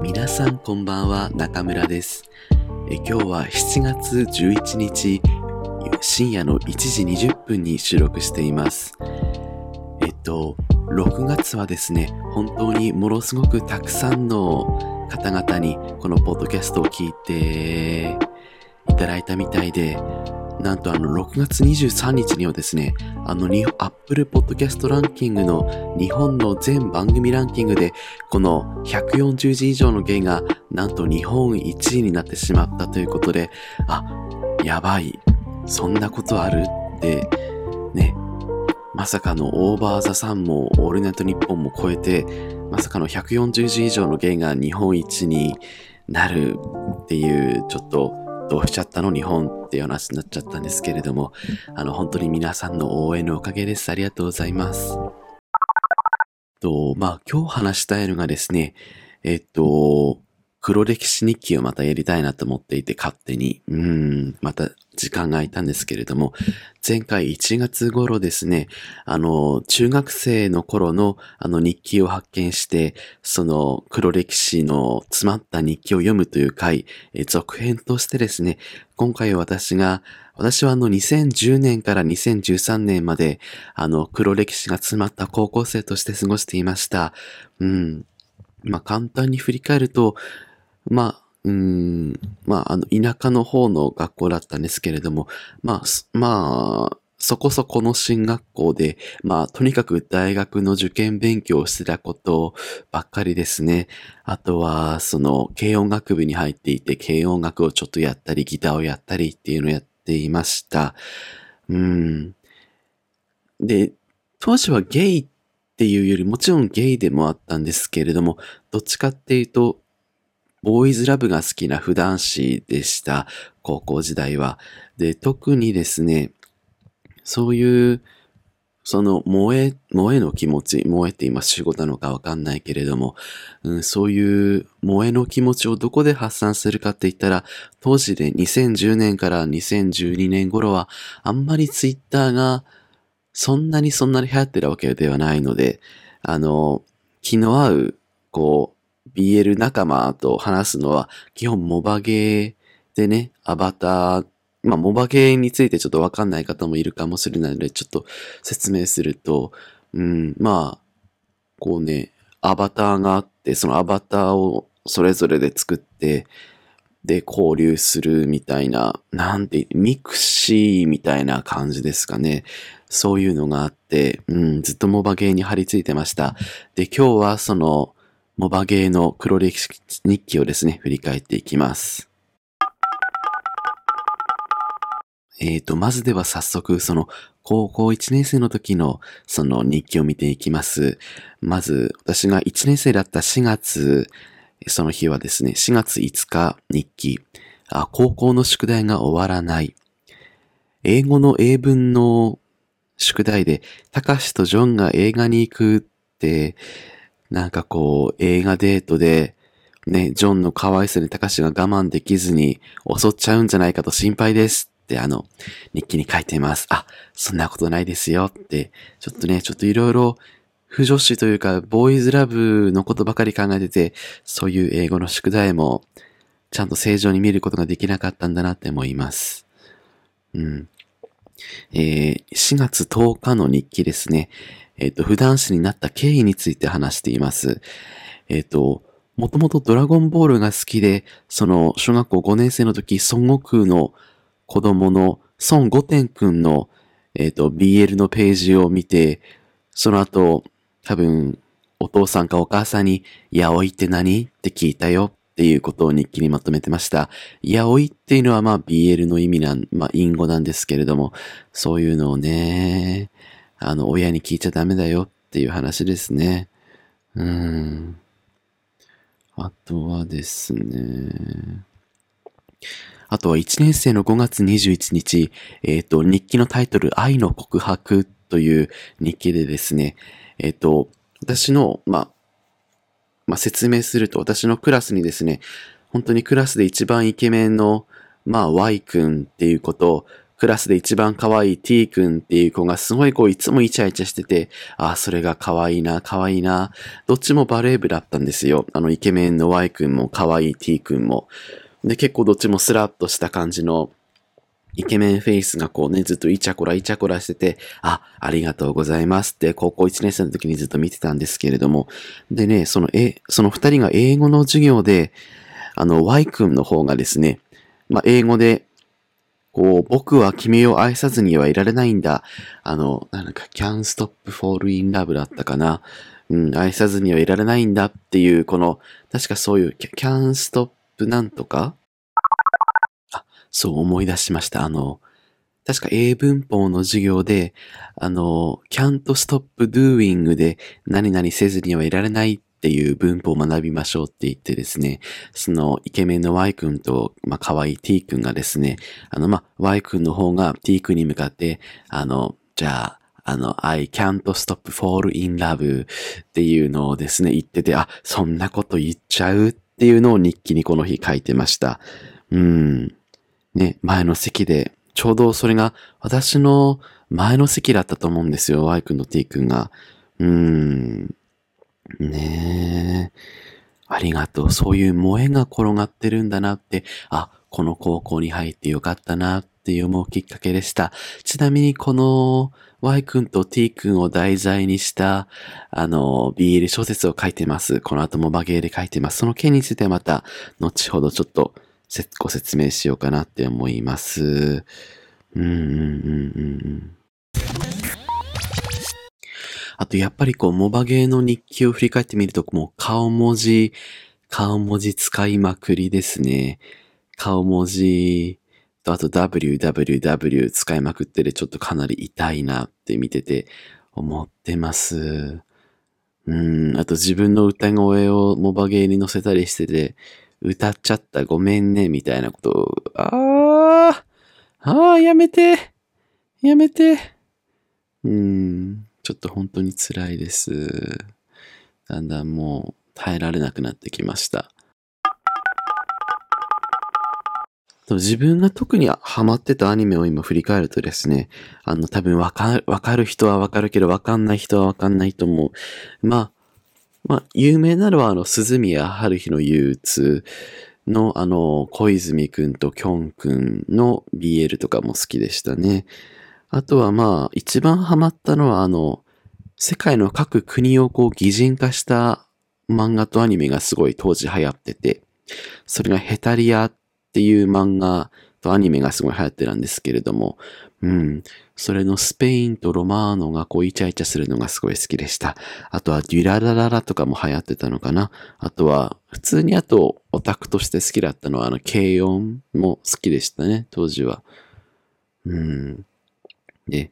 皆さんこんばんは、中村です。今日は7月11日深夜の1時20分に収録しています。6月はですね、本当にものすごくたくさんの方々にこのポッドキャストを聞いていただいたみたいで、なんと6月23日にはですね、Apple Podcast ランキングの日本の全番組ランキングで、この140字以上の芸がなんと日本1位になってしまったということで、やばい。そんなことあるってね、まさかのオーバーザさんもオールナイトニッポンも超えて、まさかの140字以上の芸が日本一になるっていう、ちょっとどうしちゃったの日本っていう話になっちゃったんですけれども、本当に皆さんの応援のおかげです。ありがとうございます。今日話したいのがですね、黒歴史日記をまたやりたいなと思っていて、勝手に。また時間が空いたんですけれども、前回1月頃ですね、中学生の頃の日記を発見して、その黒歴史の詰まった日記を読むという回、続編としてですね、今回私は2010年から2013年まで、黒歴史が詰まった高校生として過ごしていました。簡単に振り返ると、田舎の方の学校だったんですけれども、そこそこの進学校で、とにかく大学の受験勉強をしてたことばっかりですね。あとは、軽音楽部に入っていて、軽音楽をちょっとやったり、ギターをやったりっていうのをやっていました。で、当時はゲイっていうより、もちろんゲイでもあったんですけれども、どっちかっていうと、ボーイズラブが好きな普段子でした。高校時代は。で、特にですね、そういう、萌えの気持ち、萌えって今主語なのかわかんないけれども、そういう萌えの気持ちをどこで発散するかって言ったら、当時で2010年から2012年頃は、あんまりツイッターがそんなに流行ってるわけではないので、気の合う、BL 仲間と話すのは、基本モバゲーでね、アバター、モバゲーについてちょっとわかんない方もいるかもしれないので、ちょっと説明すると、アバターがあって、そのアバターをそれぞれで作って、で、交流するみたいな、ミクシーみたいな感じですかね。そういうのがあって、ずっとモバゲーに張り付いてました。で、今日はその、モバゲーの黒歴史日記をですね、振り返っていきます。まずでは早速、高校1年生の時の、日記を見ていきます。まず、私が1年生だった4月、その日はですね、4月5日日記。高校の宿題が終わらない。英語の英文の宿題で、たかしとジョンが映画に行くって、映画デートで、ね、ジョンの可愛さにたかしが我慢できずに襲っちゃうんじゃないかと心配ですって日記に書いています。そんなことないですよって、ちょっといろいろ不女子というか、ボーイズラブのことばかり考えてて、そういう英語の宿題も、ちゃんと正常に見ることができなかったんだなって思います。4月10日の日記ですね。普段子になった経緯について話しています。もともとドラゴンボールが好きで、小学校5年生の時、孫悟空の子供の孫悟天くんの、BL のページを見て、その後、多分、お父さんかお母さんに、ヤオイって何って聞いたよっていうことを日記にまとめてました。ヤオイっていうのはBL の意味隠語なんですけれども、そういうのをね、親に聞いちゃダメだよっていう話ですね。あとはですね。あとは1年生の5月21日、日記のタイトル、愛の告白という日記でですね、私の、説明すると、私のクラスにですね、本当にクラスで一番イケメンの、Y 君っていう子と、 クラスで一番可愛い T 君っていう子がすごいいつもイチャイチャしてて、それが可愛いな、可愛いな。どっちもバレー部だったんですよ。イケメンの Y 君も可愛い T 君も。で、結構どっちもスラッとした感じのイケメンフェイスがずっとイチャコラしてて、ありがとうございますって高校1年生の時にずっと見てたんですけれども。でね、その二人が英語の授業で、Y 君の方がですね、英語で、僕は君を愛さずにはいられないんだ。can't stop fall in love だったかな。愛さずにはいられないんだっていう、確かそういう、can't stop なんとかそう思い出しました。確か英文法の授業で、can't stop doing で何々せずにはいられないっていう文法を学びましょうって言ってですね、そのイケメンの Y 君と、可愛い T 君がですね、Y 君の方が T 君に向かって、じゃあ、I can't stop fall in love っていうのをですね、言ってて、そんなこと言っちゃうっていうのを日記にこの日書いてました。ね、前の席で、ちょうどそれが私の前の席だったと思うんですよ。Y 君と T 君が。ねえ。ありがとう。そういう萌えが転がってるんだなって、この高校に入ってよかったなっていう思うきっかけでした。ちなみにこの Y 君と T 君を題材にした、BL 小説を書いてます。この後もバゲーで書いてます。その件についてはまた、後ほどちょっとご説明しようかなって思います。あとやっぱりモバゲーの日記を振り返ってみると、もう顔文字使いまくりですね。顔文字とあと www 使いまくってでちょっとかなり痛いなって見てて思ってます。あと自分の歌声をモバゲーに載せたりしてて、歌っちゃったごめんねみたいなことを、やめてちょっと本当に辛いです。だんだんもう耐えられなくなってきました。自分が特にハマってたアニメを今振り返るとですね、多分わかる人はわかるけど、わかんない人はわかんないと思う。有名なのは鈴宮春日の憂鬱の小泉くんときょんくんの BL とかも好きでしたね。あとは一番ハマったのは世界の各国を擬人化した漫画とアニメがすごい当時流行ってて、それがヘタリアっていう漫画とアニメがすごい流行ってたんですけれども、それのスペインとロマーノがイチャイチャするのがすごい好きでした。あとはデュララララとかも流行ってたのかな。あとは、普通にオタクとして好きだったのは軽音も好きでしたね、当時は。で、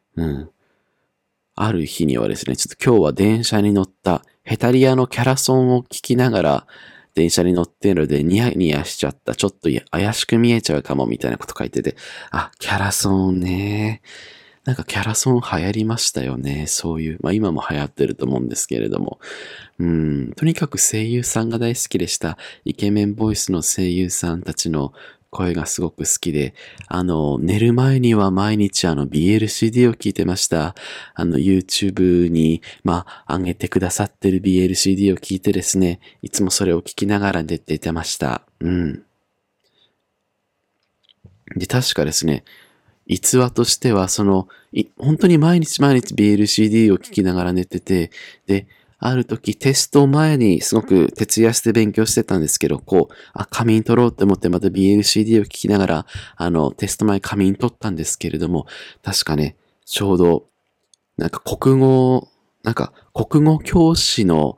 ある日にはですね、ちょっと今日は電車に乗ったヘタリアのキャラソンを聞きながら電車に乗っているのでニヤニヤしちゃった。ちょっと怪しく見えちゃうかもみたいなこと書いてて、キャラソンね。なんかキャラソン流行りましたよね。そういう、今も流行ってると思うんですけれども。とにかく声優さんが大好きでした。イケメンボイスの声優さんたちの声がすごく好きで、寝る前には毎日BLCD を聞いてました。YouTube に、上げてくださってる BLCD を聞いてですね、いつもそれを聞きながら寝ていてました。で、確かですね、逸話としては、本当に毎日 BLCD を聞きながら寝てて、で、ある時テスト前にすごく徹夜して勉強してたんですけど、仮眠取ろうって思ってまた BLCD を聞きながら、テスト前仮眠取ったんですけれども、確かね、ちょうど、国語教師の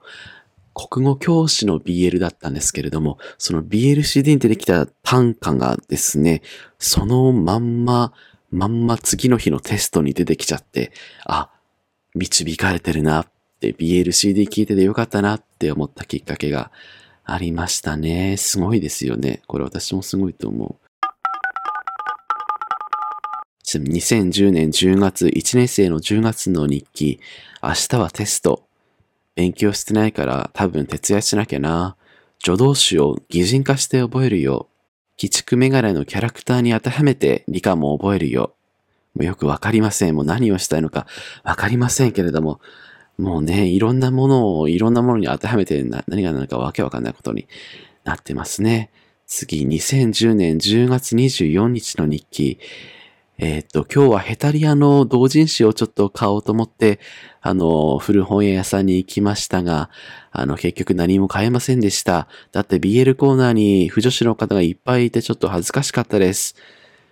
BL だったんですけれども、その BLCD に出てきた単価がですね、そのまんま次の日のテストに出てきちゃって、導かれてるなって BLCD 聞いててよかったなって思ったきっかけがありましたね。すごいですよね。これ私もすごいと思う。2010年10月、1年生の10月の日記、明日はテスト。勉強してないから多分徹夜しなきゃな。助動詞を擬人化して覚えるよ。 鬼畜メガネのキャラクターに当てはめて理科も覚えるよ。もうよくわかりません。もう何をしたいのかわかりませんけれども、もうね、いろんなものに当てはめて何が何かわけわかんないことになってますね。次、2010年10月24日の日記。今日はヘタリアの同人誌をちょっと買おうと思って、古本屋さんに行きましたが、結局何も買えませんでした。だって BL コーナーに不女子の方がいっぱいいてちょっと恥ずかしかったです。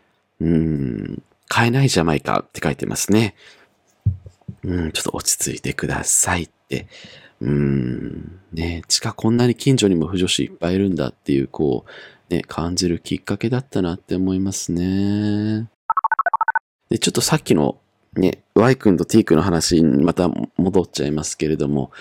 買えないじゃないかって書いてますね。ちょっと落ち着いてくださいって。ね、こんなに近所にも不女子いっぱいいるんだっていう、感じるきっかけだったなって思いますね。で、ちょっとさっきのね、Y 君と T 君の話にまた戻っちゃいますけれども、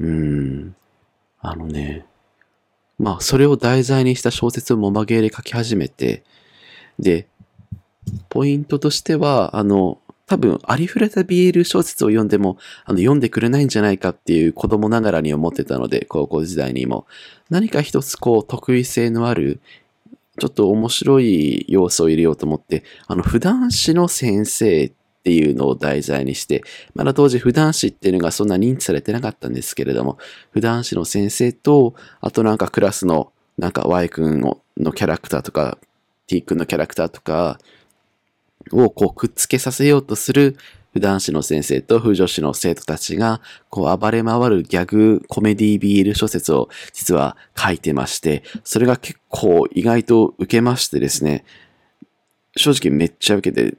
それを題材にした小説をモバゲーで書き始めて、で、ポイントとしては、多分、ありふれた BL 小説を読んでも、読んでくれないんじゃないかっていう子供ながらに思ってたので、高校時代にも。何か一つ得意性のある、ちょっと面白い要素を入れようと思って、普段史の先生っていうのを題材にして、まだ当時普段史っていうのがそんな認知されてなかったんですけれども、普段史の先生と、あとクラスのY 君のキャラクターとか、T 君のキャラクターとかをくっつけさせようとする普段史の先生と不女子の生徒たちが、暴れ回るギャグコメディ BL 小説を実は書いてまして、それが結構意外と受けましてですね、正直めっちゃ受けて、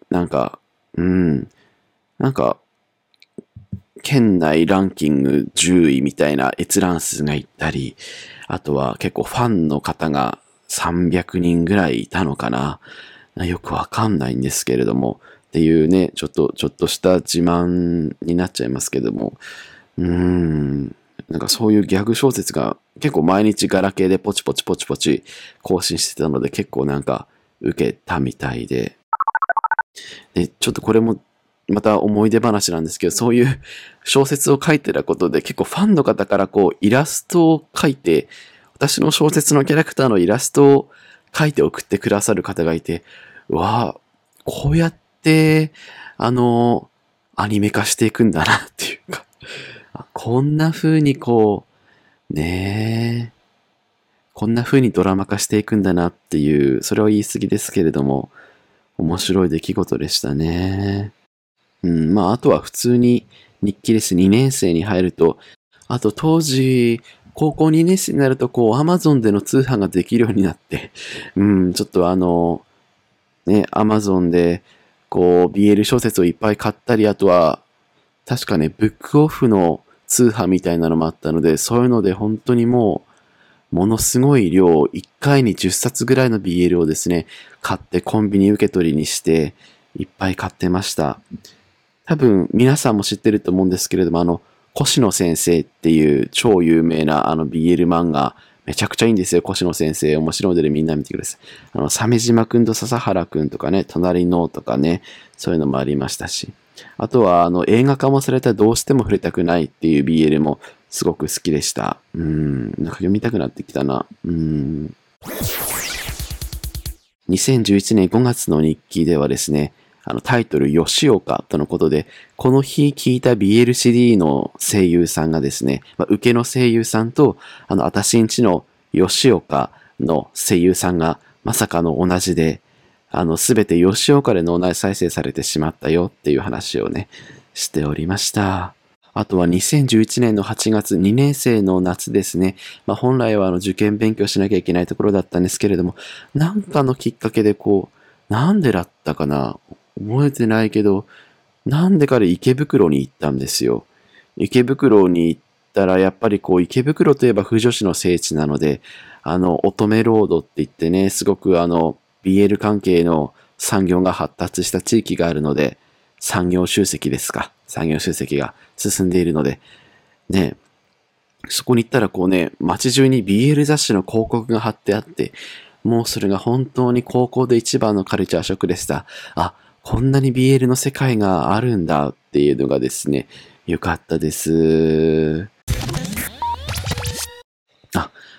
県内ランキング10位みたいな閲覧数がいったり、あとは結構ファンの方が300人ぐらいいたのかな。よくわかんないんですけれども、っていうね、ちょっとした自慢になっちゃいますけども、そういうギャグ小説が結構毎日ガラケーでポチポチ更新してたので結構受けたみたいで、ちょっとこれもまた思い出話なんですけど、そういう小説を書いてたことで結構ファンの方からイラストを描いて、私の小説のキャラクターのイラストを書いて送ってくださる方がいて、こうやって、アニメ化していくんだなっていうか、こんな風にこんな風にドラマ化していくんだなっていう、それは言い過ぎですけれども、面白い出来事でしたね。あとは普通に日記です。2年生に入ると、あと当時、高校2年生になるとAmazon での通販ができるようになって、ちょっとAmazon でBL 小説をいっぱい買ったり、あとは、確かね、ブックオフの通販みたいなのもあったので、そういうので本当にものすごい量、1回に10冊ぐらいの BL をですね、買ってコンビニ受け取りにして、いっぱい買ってました。多分皆さんも知ってると思うんですけれども、越野先生っていう超有名なBL 漫画、めちゃくちゃいいんですよ、越野先生。面白いのでみんな見てください。鮫島くんと笹原くんとかね、隣のとかね、そういうのもありましたし。あとは、映画化もされたどうしても触れたくないっていう BL もすごく好きでした。読みたくなってきたな。2011年5月の日記ではですね、タイトル吉岡とのことで、この日聞いた BLCD の声優さんがですね、受けの声優さんと、私んちの吉岡の声優さんがまさかの同じで、すべて吉岡で脳内再生されてしまったよっていう話をね、しておりました。あとは2011年の8月2年生の夏ですね。本来は受験勉強しなきゃいけないところだったんですけれども、なんかのきっかけでなんでだったかな、覚えてないけど、なんでかで池袋に行ったんですよ。池袋に行ったら、やっぱり池袋といえば不女子の聖地なので、乙女ロードって言ってね、すごくBL 関係の産業が発達した地域があるので、産業集積ですか。産業集積が進んでいるので、ね、そこに行ったら街中に BL 雑誌の広告が貼ってあって、もうそれが本当に高校で一番のカルチャーショックでした。こんなに BL の世界があるんだっていうのがですね、よかったです。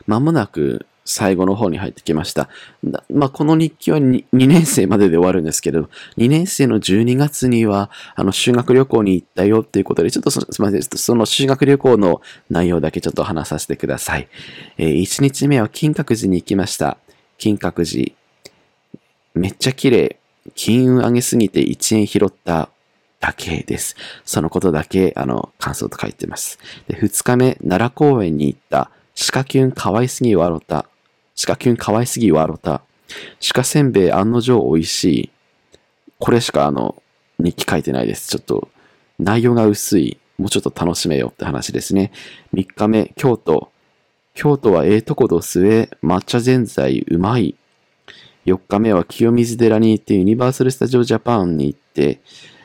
間もなく最後の方に入ってきました。この日記は 2年生までで終わるんですけど、2年生の12月には、修学旅行に行ったよっていうことで、ちょっとすみません、その修学旅行の内容だけちょっと話させてください。1日目は金閣寺に行きました。金閣寺。めっちゃ綺麗。金運上げすぎて1円拾っただけです。そのことだけ、感想と書いてます。で、2日目、奈良公園に行った。鹿キュン可愛すぎ笑った。鹿キュン可愛すぎ笑った。鹿せんべい案の定美味しい。これしか日記書いてないです。ちょっと内容が薄い。もうちょっと楽しめよって話ですね。3日目、京都。京都はとこどすえ、抹茶ぜんざいうまい。4日目は清水寺に行ってユニバーサル・スタジオ・ジャパンに行って、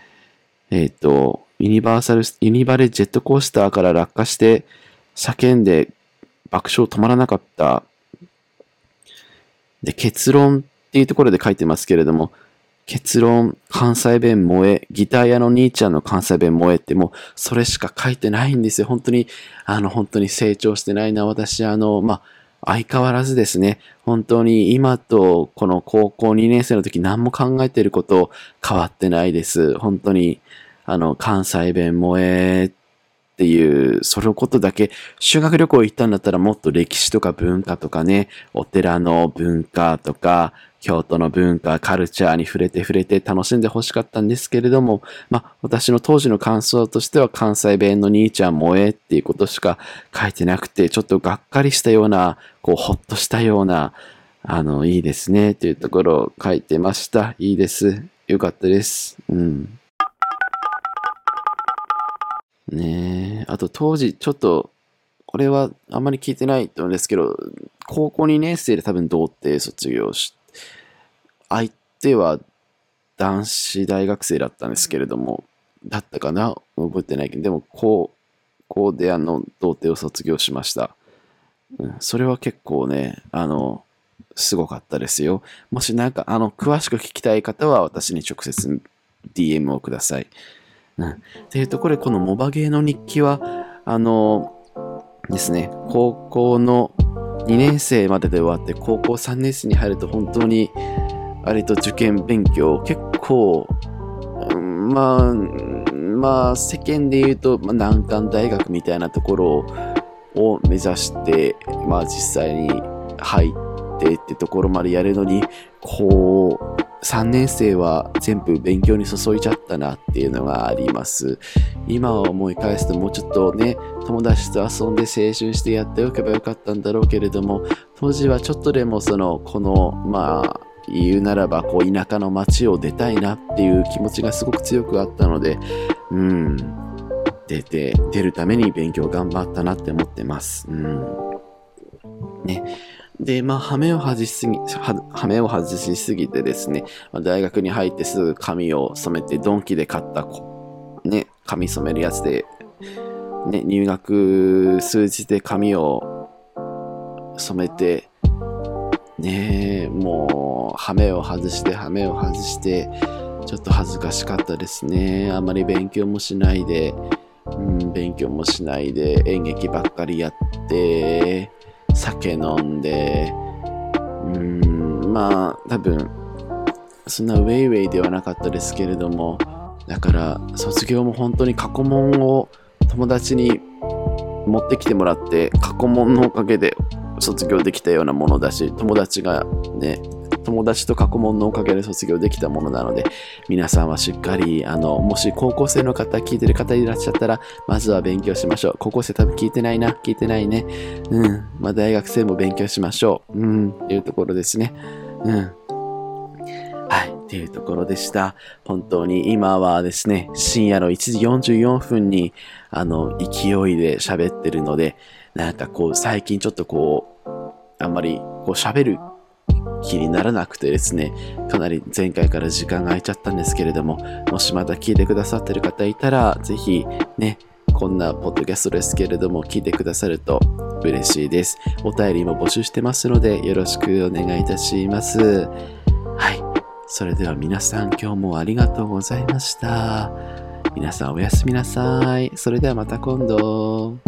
ユニバレジェットコースターから落下して叫んで爆笑止まらなかった。で、結論っていうところで書いてますけれども、結論、関西弁萌え、ギター屋の兄ちゃんの関西弁萌えってもう、それしか書いてないんですよ。本当に成長してないな。私、相変わらずですね、本当に今とこの高校2年生の時何も考えていること変わってないです。本当に、関西弁萌えっていう、そのことだけ、修学旅行行ったんだったらもっと歴史とか文化とかね、お寺の文化とか、京都の文化、カルチャーに触れて楽しんでほしかったんですけれども、私の当時の感想としては関西弁の兄ちゃん萌えっていうことしか書いてなくて、ちょっとがっかりしたような、ほっとしたような、いいですね、というところを書いてました。いいです。よかったです。ねえ、あと当時ちょっと、これはあんまり聞いてないと思うんですけど、高校2年生で多分童貞卒業し、相手は男子大学生だったんですけれども、だったかな覚えてないけど、でも高校で童貞を卒業しました。それは結構ね、すごかったですよ。もし詳しく聞きたい方は私に直接 DM をください。っていうところで、このモバゲーの日記は、ですね、高校の2年生までで終わって、高校3年生に入ると本当に、割と受験勉強、結構、世間で言うと、難関大学みたいなところを目指して、実際に入ってってところまでやるのに、3年生は全部勉強に注いじゃったなっていうのがあります。今思い返すともうちょっとね、友達と遊んで青春してやっておけばよかったんだろうけれども、当時はちょっとでも言うならば田舎の町を出たいなっていう気持ちがすごく強くあったので、出るために勉強頑張ったなって思ってます。ね。で、羽目を外しすぎてですね、大学に入ってすぐ髪を染めて、ドンキで買った髪染めるやつで、入学数日で髪を染めて、もう、羽目を外して、ちょっと恥ずかしかったですね。あまり勉強もしないで、演劇ばっかりやって、酒飲んで、多分、そんなウェイウェイではなかったですけれども、だから、卒業も本当に過去問を友達に持ってきてもらって、過去問のおかげで卒業できたようなものだし、友達と過去問のおかげで卒業できたものなので、皆さんはしっかり、もし高校生の方、聞いてる方いらっしゃったら、まずは勉強しましょう。高校生多分聞いてないね。大学生も勉強しましょう。っていうところですね。はい、っていうところでした。本当に今はですね、深夜の1時44分に、勢いで喋ってるので、最近ちょっとあんまり喋る気にならなくてですね、かなり前回から時間が空いちゃったんですけれども、もしまた聞いてくださってる方いたら、ぜひね、こんなポッドキャストですけれども、聞いてくださると嬉しいです。お便りも募集してますので、よろしくお願いいたします。はい。それでは皆さん、今日もありがとうございました。皆さんおやすみなさい。それではまた今度。